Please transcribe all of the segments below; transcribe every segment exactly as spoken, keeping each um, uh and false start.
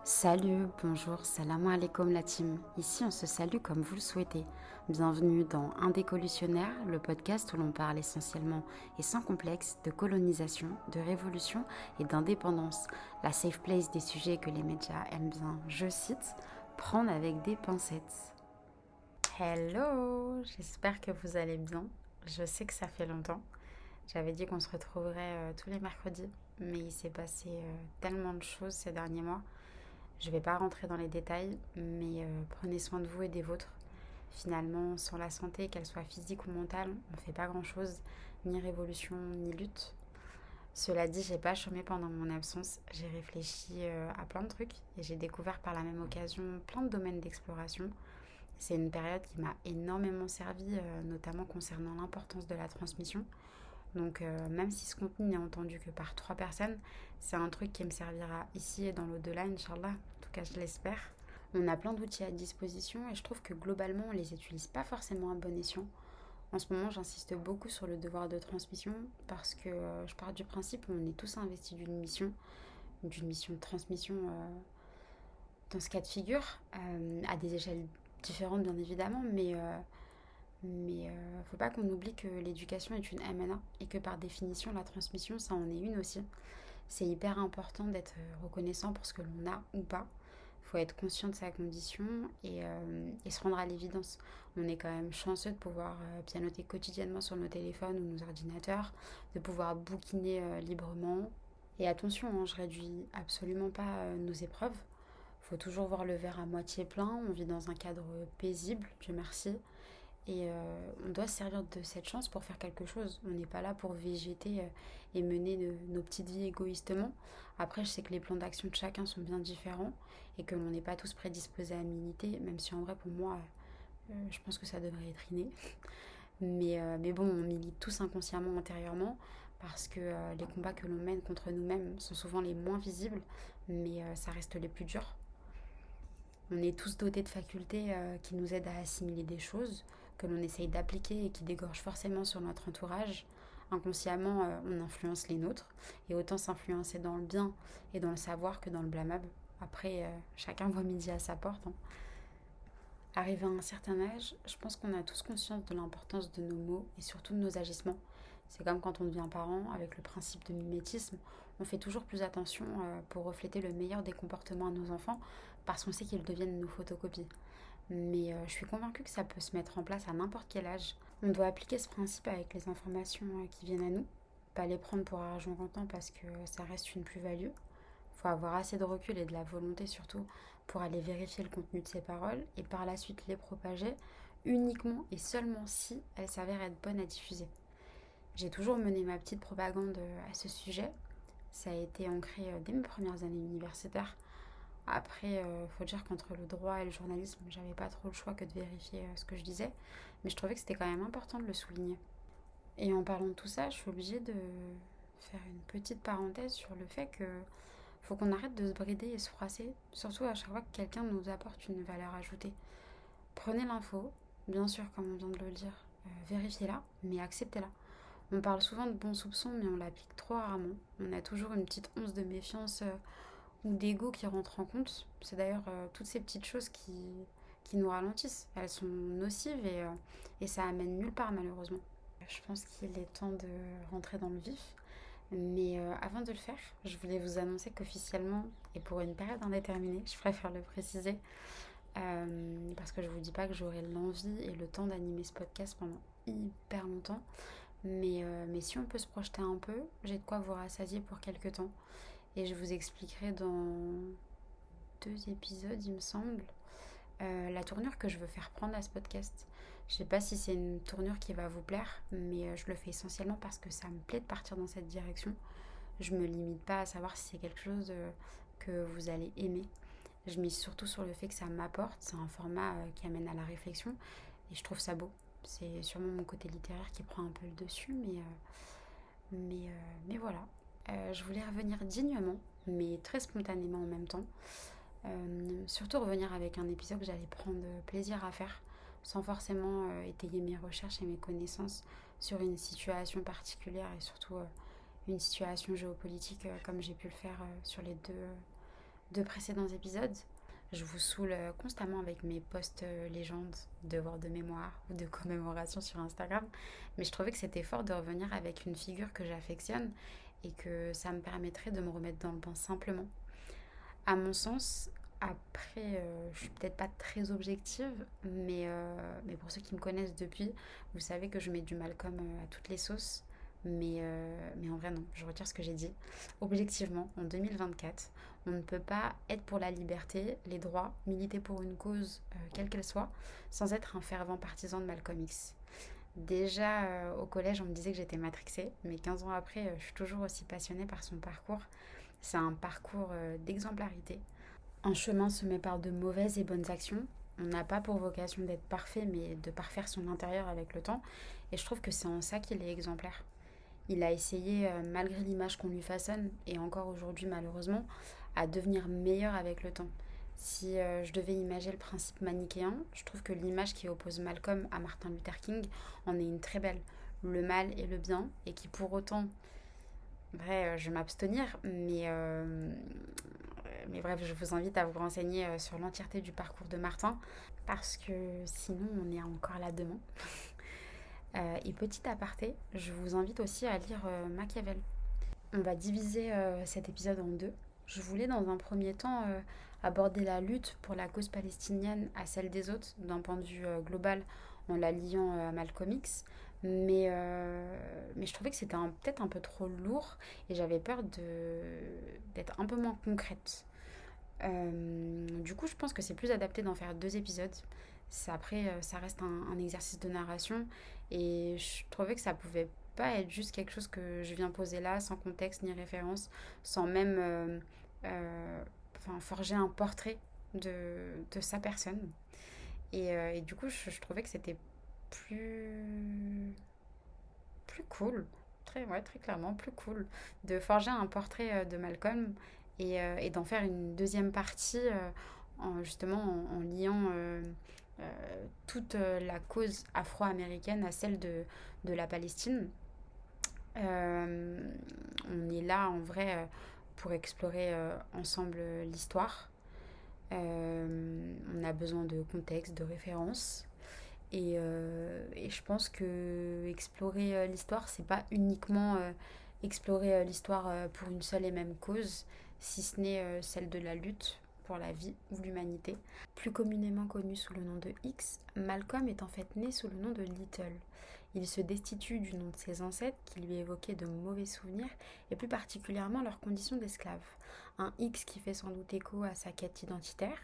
Salut, bonjour, salam alaikum la team. Ici on se salue comme vous le souhaitez. Bienvenue dans Un décollusionnaire, le podcast où l'on parle essentiellement et sans complexe de colonisation, de révolution et d'indépendance. La safe place des sujets que les médias aiment bien, je cite, prendre avec des pincettes. Hello, j'espère que vous allez bien. Je sais que ça fait longtemps. J'avais dit qu'on se retrouverait euh, tous les mercredis, mais il s'est passé euh, tellement de choses ces derniers mois. Je ne vais pas rentrer dans les détails, mais euh, prenez soin de vous et des vôtres. Finalement, sans la santé, qu'elle soit physique ou mentale, on ne fait pas grand-chose, ni révolution, ni lutte. Cela dit, j'ai pas chômé pendant mon absence. J'ai réfléchi euh, à plein de trucs et j'ai découvert par la même occasion plein de domaines d'exploration. C'est une période qui m'a énormément servi, euh, notamment concernant l'importance de la transmission. Donc euh, même si ce contenu n'est entendu que par trois personnes, c'est un truc qui me servira ici et dans l'au-delà, Inch'Allah. En tout cas, je l'espère. On a plein d'outils à disposition et je trouve que globalement, on les utilise pas forcément à bon escient. En ce moment, j'insiste beaucoup sur le devoir de transmission parce que euh, je pars du principe qu'on est tous investis d'une mission, d'une mission de transmission euh, dans ce cas de figure, euh, à des échelles différentes bien évidemment, mais euh, mais euh, faut pas qu'on oublie que l'éducation est une M N A et que par définition la transmission ça en est une aussi. C'est hyper important d'être reconnaissant pour ce que l'on a ou pas. Faut être conscient de sa condition et, euh, et se rendre à l'évidence. On est quand même chanceux de pouvoir euh, pianoter quotidiennement sur nos téléphones ou nos ordinateurs, de pouvoir bouquiner euh, librement. Et attention, hein, je réduis absolument pas euh, nos épreuves. Faut toujours voir le verre à moitié plein. On vit dans un cadre paisible, Dieu merci. Et euh, on doit se servir de cette chance pour faire quelque chose. On n'est pas là pour végéter euh, et mener de, nos petites vies égoïstement. Après, je sais que les plans d'action de chacun sont bien différents et que l'on n'est pas tous prédisposés à militer, même si en vrai, pour moi, euh, je pense que ça devrait être inné. Mais, euh, mais bon, on milite tous inconsciemment, intérieurement, parce que euh, les combats que l'on mène contre nous-mêmes sont souvent les moins visibles, mais euh, ça reste les plus durs. On est tous dotés de facultés euh, qui nous aident à assimiler des choses, que l'on essaye d'appliquer et qui dégorgent forcément sur notre entourage. Inconsciemment, euh, on influence les nôtres, et autant s'influencer dans le bien et dans le savoir que dans le blâmable. Après, euh, chacun voit midi à sa porte. Hein. Arrivé à un certain âge, je pense qu'on a tous conscience de l'importance de nos mots et surtout de nos agissements. C'est comme quand on devient parent, avec le principe de mimétisme, on fait toujours plus attention euh, pour refléter le meilleur des comportements à nos enfants parce qu'on sait qu'ils deviennent nos photocopies. Mais euh, je suis convaincue que ça peut se mettre en place à n'importe quel âge. On doit appliquer ce principe avec les informations euh, qui viennent à nous, pas les prendre pour argent comptant parce que ça reste une plus-value. Il faut avoir assez de recul et de la volonté surtout pour aller vérifier le contenu de ces paroles et par la suite les propager uniquement et seulement si elles s'avèrent être bonnes à diffuser. J'ai toujours mené ma petite propagande à ce sujet. Ça a été ancré dès mes premières années universitaires. Après, il faut dire qu'entre le droit et le journalisme, j'avais pas trop le choix que de vérifier ce que je disais. Mais je trouvais que c'était quand même important de le souligner. Et en parlant de tout ça, je suis obligée de faire une petite parenthèse sur le fait que faut qu'on arrête de se brider et se froisser, surtout à chaque fois que quelqu'un nous apporte une valeur ajoutée. Prenez l'info, bien sûr, comme on vient de le dire, euh, vérifiez-la, mais acceptez-la. On parle souvent de bons soupçons, mais on l'applique trop rarement. On a toujours une petite once de méfiance euh, ou d'ego qui rentre en compte. C'est d'ailleurs euh, toutes ces petites choses qui, qui nous ralentissent. Elles sont nocives et, euh, et ça amène nulle part, malheureusement. Je pense qu'il est temps de rentrer dans le vif. Mais euh, avant de le faire, je voulais vous annoncer qu'officiellement, et pour une période indéterminée, je préfère le préciser, euh, parce que je vous dis pas que j'aurai l'envie et le temps d'animer ce podcast pendant hyper longtemps. Mais, euh, mais si on peut se projeter un peu, j'ai de quoi vous rassasier pour quelques temps. Et je vous expliquerai dans deux épisodes, il me semble, euh, la tournure que je veux faire prendre à ce podcast. Je sais pas si c'est une tournure qui va vous plaire, mais euh, je le fais essentiellement parce que ça me plaît de partir dans cette direction. Je me limite pas à savoir si c'est quelque chose euh, que vous allez aimer. Je mise surtout sur le fait que ça m'apporte. C'est un format euh, qui amène à la réflexion et je trouve ça beau. C'est sûrement mon côté littéraire qui prend un peu le dessus, mais, euh, mais, euh, mais voilà. Euh, je voulais revenir dignement, mais très spontanément en même temps. Euh, surtout revenir avec un épisode que j'allais prendre plaisir à faire, sans forcément euh, étayer mes recherches et mes connaissances sur une situation particulière et surtout euh, une situation géopolitique euh, comme j'ai pu le faire euh, sur les deux, euh, de précédents épisodes. Je vous saoule constamment avec mes posts légendes, devoirs de mémoire ou de commémoration sur Instagram. Mais je trouvais que c'était fort de revenir avec une figure que j'affectionne et que ça me permettrait de me remettre dans le bain simplement. À mon sens, après, euh, je suis peut-être pas très objective, mais, euh, mais pour ceux qui me connaissent depuis, vous savez que je mets du Malcolm à toutes les sauces. Mais, euh, mais en vrai, non, je retire ce que j'ai dit. Objectivement, en deux mille vingt-quatre, on ne peut pas être pour la liberté, les droits, militer pour une cause, euh, quelle qu'elle soit, sans être un fervent partisan de Malcolm X. Déjà, euh, au collège, on me disait que j'étais matrixée, mais quinze ans après, euh, je suis toujours aussi passionnée par son parcours. C'est un parcours euh, d'exemplarité. Un chemin semé par de mauvaises et bonnes actions. On n'a pas pour vocation d'être parfait, mais de parfaire son intérieur avec le temps. Et je trouve que c'est en ça qu'il est exemplaire. Il a essayé, euh, malgré l'image qu'on lui façonne, et encore aujourd'hui malheureusement, à devenir meilleur avec le temps. Si euh, je devais imager le principe manichéen, je trouve que l'image qui oppose Malcolm à Martin Luther King en est une très belle. Le mal et le bien, et qui pour autant, vrai, euh, je vais m'abstenir, mais, euh, mais bref, je vous invite à vous renseigner euh, sur l'entièreté du parcours de Martin, parce que sinon on est encore là demain. Euh, et petit aparté, je vous invite aussi à lire euh, Machiavel. On va diviser euh, cet épisode en deux. Je voulais dans un premier temps euh, aborder la lutte pour la cause palestinienne à celle des autres d'un point de vue euh, global en la liant euh, à Malcolm X. Mais, euh, mais je trouvais que c'était un, peut-être un peu trop lourd et j'avais peur de, d'être un peu moins concrète. Euh, du coup, je pense que c'est plus adapté d'en faire deux épisodes. Ça, après, euh, ça reste un, un exercice de narration et je trouvais que ça pouvait pas être juste quelque chose que je viens poser là, sans contexte ni référence, sans même euh, euh, enfin, forger un portrait de, de sa personne. Et, euh, et du coup, je, je trouvais que c'était plus, plus cool, très, ouais, très clairement, plus cool de forger un portrait euh, de Malcolm et, euh, et d'en faire une deuxième partie euh, en, justement en, en liant euh, euh, toute euh, la cause afro-américaine à celle de, de la Palestine. Euh, on est là en vrai euh, pour explorer euh, ensemble l'histoire. Euh, on a besoin de contexte, de références. Et, euh, et je pense que explorer euh, l'histoire, c'est pas uniquement euh, explorer euh, l'histoire euh, pour une seule et même cause, si ce n'est euh, celle de la lutte pour la vie ou l'humanité. Plus communément connu sous le nom de X, Malcolm est en fait né sous le nom de Little. Il se destitue du nom de ses ancêtres qui lui évoquaient de mauvais souvenirs et plus particulièrement leurs conditions d'esclave. Un X qui fait sans doute écho à sa quête identitaire.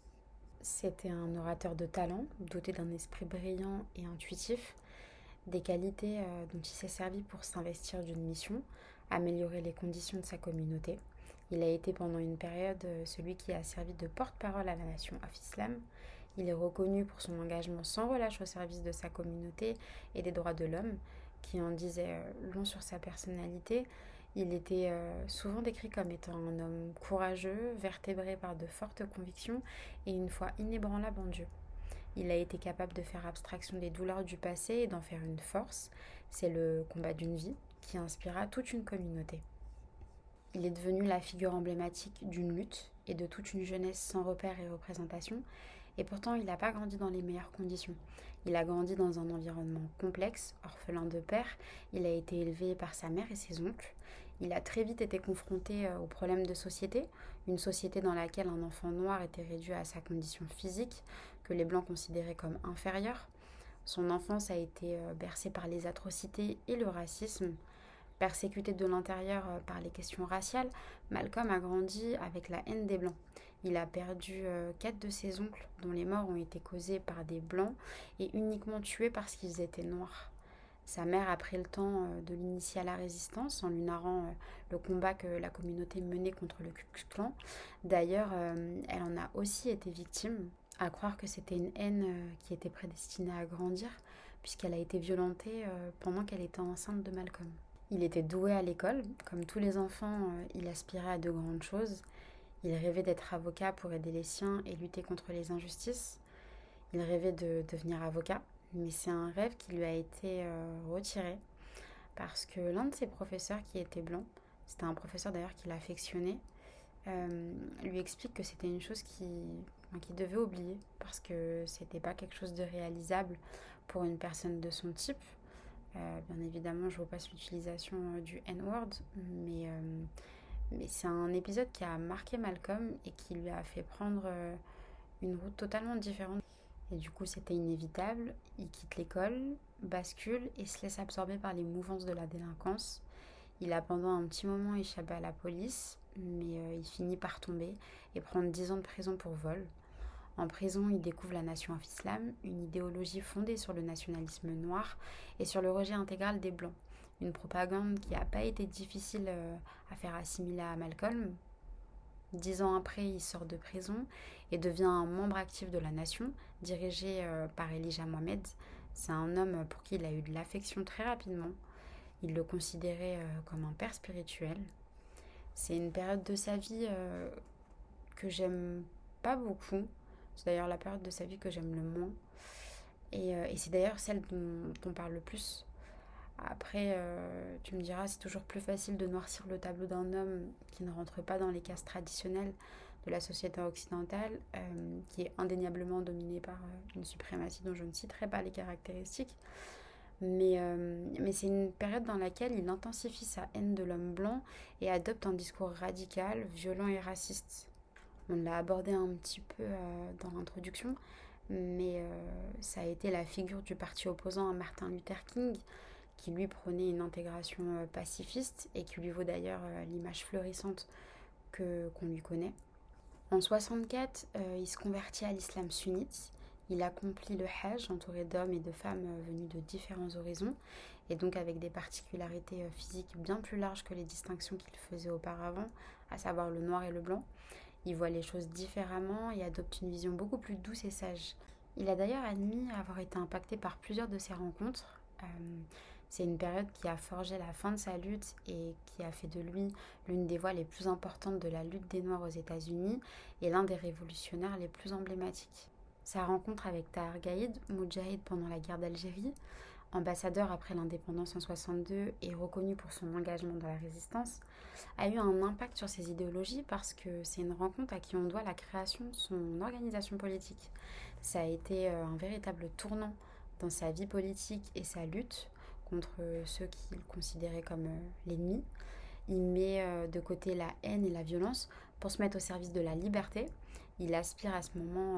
C'était un orateur de talent, doté d'un esprit brillant et intuitif, des qualités euh, dont il s'est servi pour s'investir d'une mission, améliorer les conditions de sa communauté. Il a été pendant une période euh, celui qui a servi de porte-parole à la nation Af-Islam. Il est reconnu pour son engagement sans relâche au service de sa communauté et des droits de l'homme, qui en disait euh, long sur sa personnalité. Il était euh, souvent décrit comme étant un homme courageux, vertébré par de fortes convictions et une foi inébranlable en Dieu. Il a été capable de faire abstraction des douleurs du passé et d'en faire une force. C'est le combat d'une vie qui inspira toute une communauté. Il est devenu la figure emblématique d'une lutte et de toute une jeunesse sans repères et représentation. Et pourtant, il n'a pas grandi dans les meilleures conditions. Il a grandi dans un environnement complexe, orphelin de père. Il a été élevé par sa mère et ses oncles. Il a très vite été confronté aux problèmes de société, une société dans laquelle un enfant noir était réduit à sa condition physique, que les blancs considéraient comme inférieure. Son enfance a été bercée par les atrocités et le racisme. Persécuté de l'intérieur par les questions raciales, Malcolm a grandi avec la haine des Blancs. Il a perdu euh, quatre de ses oncles, dont les morts ont été causées par des Blancs et uniquement tués parce qu'ils étaient noirs. Sa mère a pris le temps euh, de l'initier à la résistance en lui narrant euh, le combat que la communauté menait contre le Ku Klux Klan. D'ailleurs, euh, elle en a aussi été victime, à croire que c'était une haine euh, qui était prédestinée à grandir, puisqu'elle a été violentée euh, pendant qu'elle était enceinte de Malcolm. Il était doué à l'école. Comme tous les enfants, il aspirait à de grandes choses. Il rêvait d'être avocat pour aider les siens et lutter contre les injustices. Il rêvait de devenir avocat, mais c'est un rêve qui lui a été retiré parce que l'un de ses professeurs qui était blanc, c'était un professeur d'ailleurs qu'il affectionnait, euh, lui explique que c'était une chose qui, qu'il devait oublier parce que c'était pas quelque chose de réalisable pour une personne de son type. Euh, bien évidemment, je vois pas l'utilisation euh, du N-word, mais, euh, mais c'est un épisode qui a marqué Malcolm et qui lui a fait prendre euh, une route totalement différente. Et du coup, c'était inévitable. Il quitte l'école, bascule et se laisse absorber par les mouvances de la délinquance. Il a pendant un petit moment échappé à la police, mais euh, il finit par tomber et prendre dix ans de prison pour vol. En prison, il découvre la Nation of Islam, une idéologie fondée sur le nationalisme noir et sur le rejet intégral des Blancs. Une propagande qui n'a pas été difficile euh, à faire assimiler à Malcolm. Dix ans après, il sort de prison et devient un membre actif de la Nation, dirigé euh, par Elijah Mohammed. C'est un homme pour qui il a eu de l'affection très rapidement. Il le considérait euh, comme un père spirituel. C'est une période de sa vie euh, que j'aime pas beaucoup. C'est d'ailleurs la période de sa vie que j'aime le moins. Et, euh, et c'est d'ailleurs celle dont, dont on parle le plus. Après, euh, tu me diras, c'est toujours plus facile de noircir le tableau d'un homme qui ne rentre pas dans les cases traditionnelles de la société occidentale, euh, qui est indéniablement dominée par euh, une suprématie dont je ne citerai pas les caractéristiques. Mais, euh, mais c'est une période dans laquelle il intensifie sa haine de l'homme blanc et adopte un discours radical, violent et raciste. On l'a abordé un petit peu euh, dans l'introduction, mais euh, ça a été la figure du parti opposant à Martin Luther King, qui lui prônait une intégration euh, pacifiste et qui lui vaut d'ailleurs euh, l'image florissante que, qu'on lui connaît. En soixante-quatre, euh, il se convertit à l'islam sunnite. Il accomplit le Hajj entouré d'hommes et de femmes euh, venus de différents horizons et donc avec des particularités euh, physiques bien plus larges que les distinctions qu'il faisait auparavant, à savoir le noir et le blanc. Il voit les choses différemment et adopte une vision beaucoup plus douce et sage. Il a d'ailleurs admis avoir été impacté par plusieurs de ses rencontres. Euh, c'est une période qui a forgé la fin de sa lutte et qui a fait de lui l'une des voix les plus importantes de la lutte des Noirs aux États-Unis et l'un des révolutionnaires les plus emblématiques. Sa rencontre avec Tahar Gaïd, Moudjahid pendant la guerre d'Algérie, ambassadeur après l'indépendance en soixante-deux et reconnu pour son engagement dans la résistance, a eu un impact sur ses idéologies parce que c'est une rencontre à qui on doit la création de son organisation politique. Ça a été un véritable tournant dans sa vie politique et sa lutte contre ceux qu'il considérait comme l'ennemi. Il met de côté la haine et la violence pour se mettre au service de la liberté. Il aspire à ce moment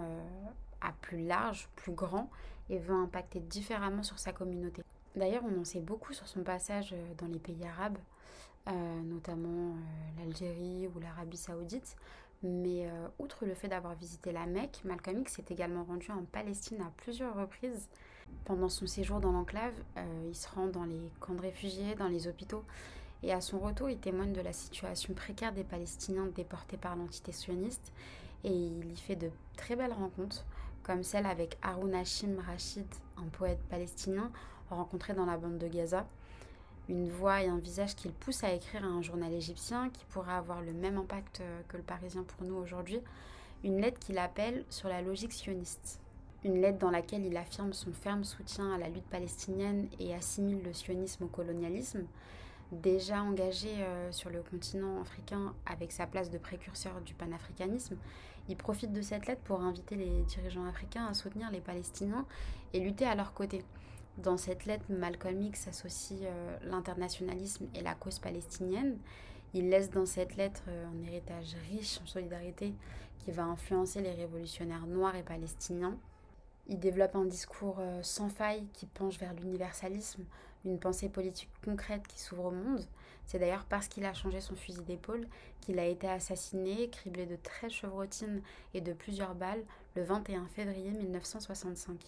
à plus large, plus grand et veut impacter différemment sur sa communauté. D'ailleurs, on en sait beaucoup sur son passage dans les pays arabes, euh, notamment euh, l'Algérie ou l'Arabie Saoudite. Mais euh, outre le fait d'avoir visité la Mecque, Malcolm X s'est également rendu en Palestine à plusieurs reprises. Pendant son séjour dans l'enclave, euh, il se rend dans les camps de réfugiés, dans les hôpitaux. Et à son retour, il témoigne de la situation précaire des Palestiniens déportés par l'entité sioniste. Et il y fait de très belles rencontres, comme celle avec Haroun Hashim Rashid, un poète palestinien rencontré dans la bande de Gaza. Une voix et un visage qu'il pousse à écrire à un journal égyptien qui pourrait avoir le même impact que le Parisien pour nous aujourd'hui. Une lettre qu'il appelle sur la logique sioniste. Une lettre dans laquelle il affirme son ferme soutien à la lutte palestinienne et assimile le sionisme au colonialisme. Déjà engagé euh, sur le continent africain avec sa place de précurseur du panafricanisme, il profite de cette lettre pour inviter les dirigeants africains à soutenir les Palestiniens et lutter à leur côté. Dans cette lettre, Malcolm X associe euh, l'internationalisme et la cause palestinienne. Il laisse dans cette lettre euh, un héritage riche en solidarité qui va influencer les révolutionnaires noirs et palestiniens. Il développe un discours euh, sans faille qui penche vers l'universalisme, une pensée politique concrète qui s'ouvre au monde. C'est d'ailleurs parce qu'il a changé son fusil d'épaule qu'il a été assassiné, criblé de treize chevrotines et de plusieurs balles le vingt et un février mille neuf cent soixante-cinq.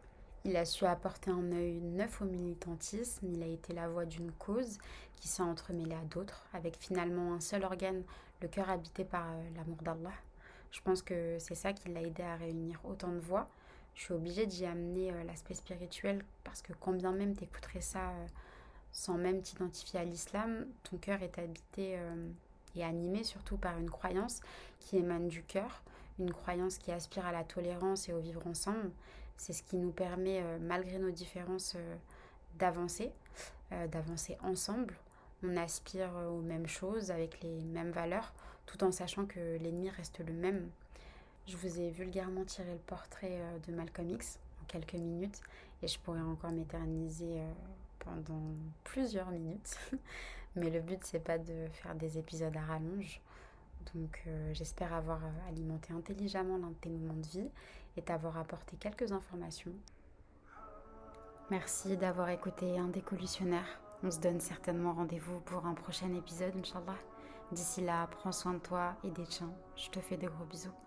Il a su apporter un œil neuf au militantisme, il a été la voix d'une cause qui s'est entremêlée à d'autres, avec finalement un seul organe, le cœur habité par euh, l'amour d'Allah. Je pense que c'est ça qui l'a aidé à réunir autant de voix. Je suis obligée d'y amener euh, l'aspect spirituel parce que quand bien même t'écouterais ça euh, sans même t'identifier à l'islam, ton cœur est habité euh, et animé surtout par une croyance qui émane du cœur, une croyance qui aspire à la tolérance et au vivre ensemble. C'est ce qui nous permet, euh, malgré nos différences, euh, d'avancer, euh, d'avancer ensemble. On aspire aux mêmes choses, avec les mêmes valeurs, tout en sachant que l'ennemi reste le même. Je vous ai vulgairement tiré le portrait de Malcolm X en quelques minutes et je pourrais encore m'éterniser pendant plusieurs minutes. Mais le but, c'est pas de faire des épisodes à rallonge. Donc euh, j'espère avoir alimenté intelligemment l'un de tes moments de vie et t'avoir apporté quelques informations. Merci d'avoir écouté Un décollusionnaire. On se donne certainement rendez-vous pour un prochain épisode, Inch'Allah. D'ici là, prends soin de toi et des tiens. Je te fais de gros bisous.